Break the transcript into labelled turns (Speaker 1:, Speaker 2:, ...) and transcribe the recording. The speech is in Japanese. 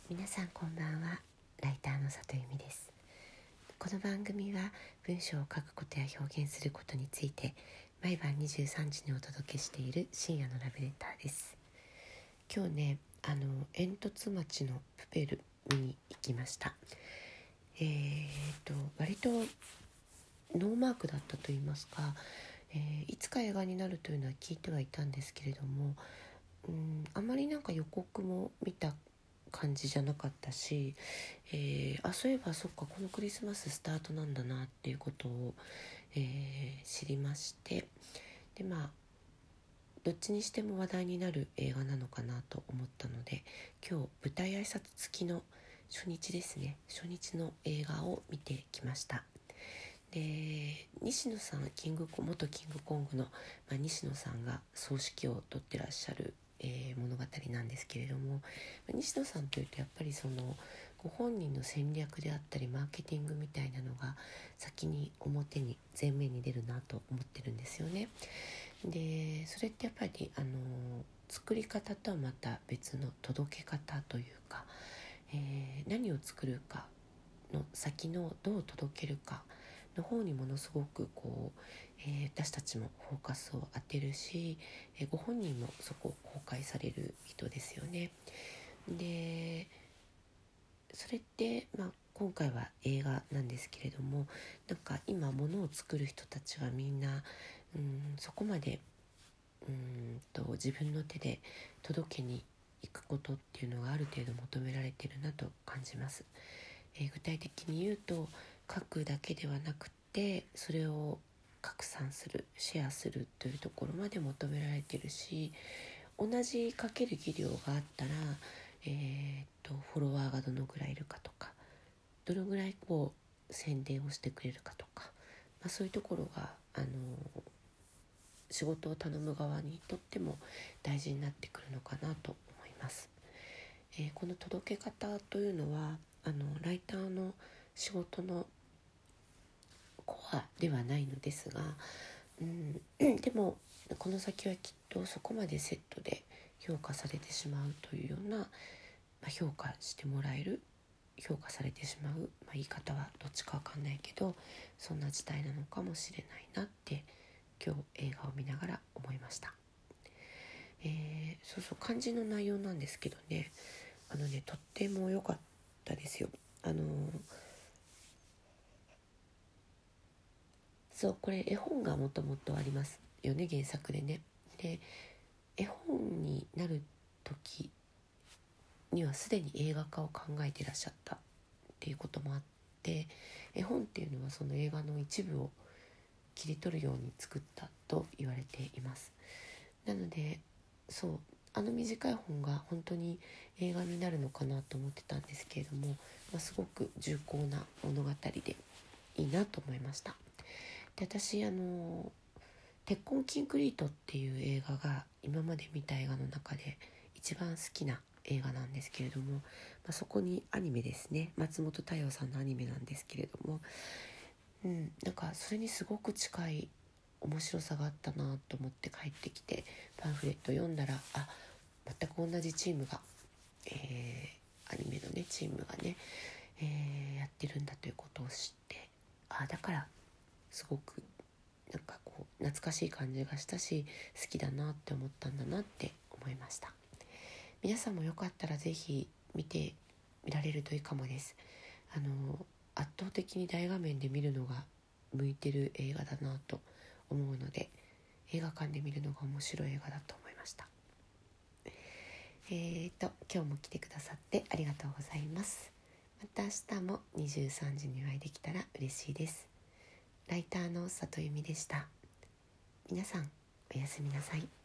Speaker 1: 皆さんこんばんは。ライターの里由美です。この番組は文章を書くことや表現することについて毎晩23時にお届けしている深夜のラブレターです。今日ね、煙突町のプペル見に行きました。割とノーマークだったと言いますか、いつか映画になるというのは聞いてはいたんですけれども、あまり予告も見た感じじゃなかったし、そういえばそっか、このクリスマススタートなんだなっていうことを、知りまして、でどっちにしても話題になる映画なのかなと思ったので、今日舞台挨拶付きの初日ですね、初日の映画を見てきました。で、西野さん、元キングコングの、西野さんが総指揮を取ってらっしゃる物語なんですけれども、西野さんというとやっぱりご本人の戦略であったりマーケティングみたいなのが先に前面に出るなと思ってるんですよね。でそれってやっぱり作り方とはまた別の届け方というか、何を作るかの先のどう届けるかの方にものすごく私たちもフォーカスを当てるし、ご本人もそこを公開される人ですよね。でそれって、今回は映画なんですけれども、今ものを作る人たちはみんなそこまで自分の手で届けに行くことっていうのがある程度求められているなと感じます。具体的に言うと、書くだけではなくてそれを拡散する、シェアするというところまで求められているし、同じ書ける技量があったら、フォロワーがどのぐらいいるかとか、どのぐらい宣伝をしてくれるかとか、そういうところが仕事を頼む側にとっても大事になってくるのかなと思います。この届け方というのはライターの仕事のコアではないのですが、でもこの先はきっとそこまでセットで評価されてしまうというような、評価してもらえる、評価されてしまう、言い方はどっちかわかんないけど、そんな時代なのかもしれないなって今日映画を見ながら思いました。肝心の内容なんですけどね、とっても良かったですよ。これ絵本がもともとありますよね、原作でね。で、絵本になる時にはすでに映画化を考えていらっしゃったっていうこともあって、絵本っていうのはその映画の一部を切り取るように作ったと言われています。なので短い本が本当に映画になるのかなと思ってたんですけれども、すごく重厚な物語でいいなと思いました。で、私鉄痕キンクリートっていう映画が今まで見た映画の中で一番好きな映画なんですけれども、そこにアニメですね、松本太陽さんのアニメなんですけれども、それにすごく近い面白さがあったなと思って帰ってきてパンフレット読んだら、全く同じチームが、アニメのねチームがね、やってるんだということを知って、だからすごく懐かしい感じがしたし、好きだなって思ったんだなって思いました。皆さんもよかったらぜひ見てみられるといいかもです。圧倒的に大画面で見るのが向いてる映画だなと思うので、映画館で見るのが面白い映画だと思いました。今日も来てくださってありがとうございます。また明日も23時にお会いできたら嬉しいです。ライターの里由美でした。皆さんおやすみなさい。